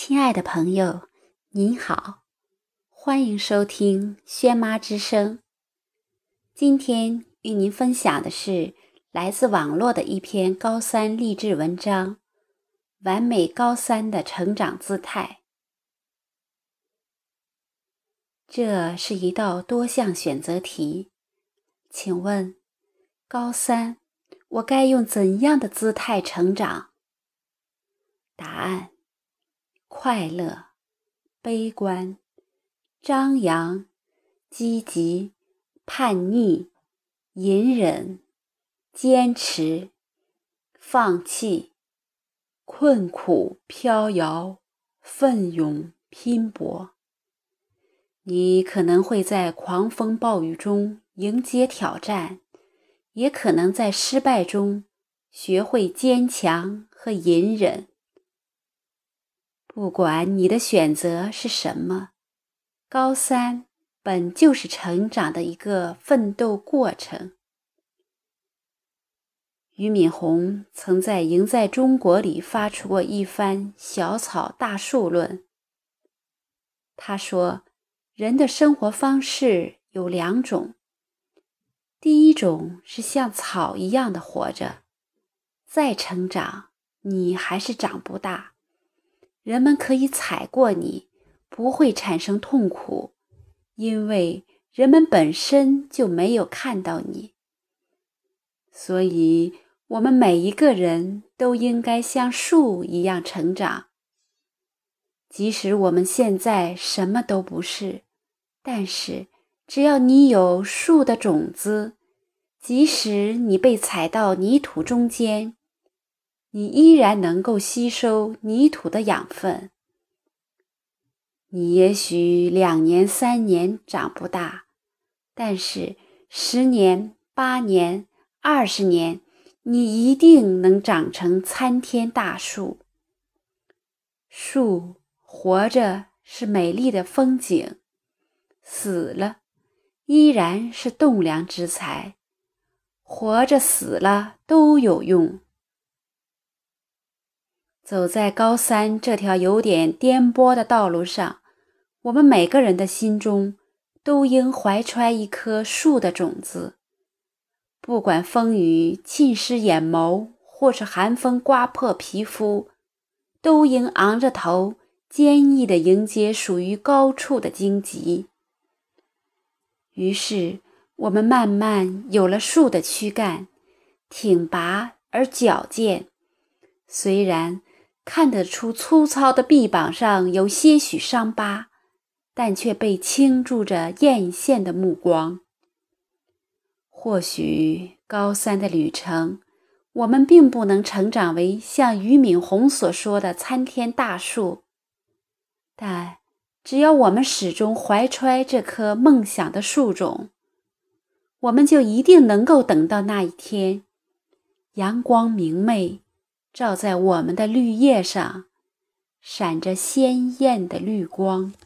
亲爱的朋友，您好，欢迎收听轩妈之声。今天与您分享的是来自网络的一篇高三励志文章，完美高三的成长姿态。这是一道多项选择题，请问，高三，我该用怎样的姿态成长？答案：快乐、悲观、张扬、积极、叛逆、隐忍、坚持、放弃、困苦飘摇、奋勇拼搏。你可能会在狂风暴雨中迎接挑战，也可能在失败中学会坚强和隐忍。不管你的选择是什么，高三本就是成长的一个奋斗过程。俞敏洪曾在《赢在中国》里发出过一番小草大树论。他说，人的生活方式有两种，第一种是像草一样的活着，再成长，你还是长不大。人们可以踩过你，不会产生痛苦，因为人们本身就没有看到你。所以，我们每一个人都应该像树一样成长。即使我们现在什么都不是，但是只要你有树的种子，即使你被踩到泥土中间，你依然能够吸收泥土的养分。你也许2年3年长不大，但是10年、8年、20年，你一定能长成参天大树。树活着是美丽的风景，死了依然是栋梁之材，活着死了都有用。走在高三这条有点颠簸的道路上，我们每个人的心中都应怀揣一颗树的种子。不管风雨浸湿眼眸，或是寒风刮破皮肤，都应昂着头，坚毅地迎接属于高处的荆棘。于是，我们慢慢有了树的躯干，挺拔而矫健。虽然看得出粗糙的臂膀上有些许伤疤，但却被倾注着艳羡的目光。或许高三的旅程，我们并不能成长为像俞敏洪所说的参天大树，但只要我们始终怀揣这颗梦想的树种，我们就一定能够等到那一天，阳光明媚，照在我们的绿叶上，闪着鲜艳的绿光。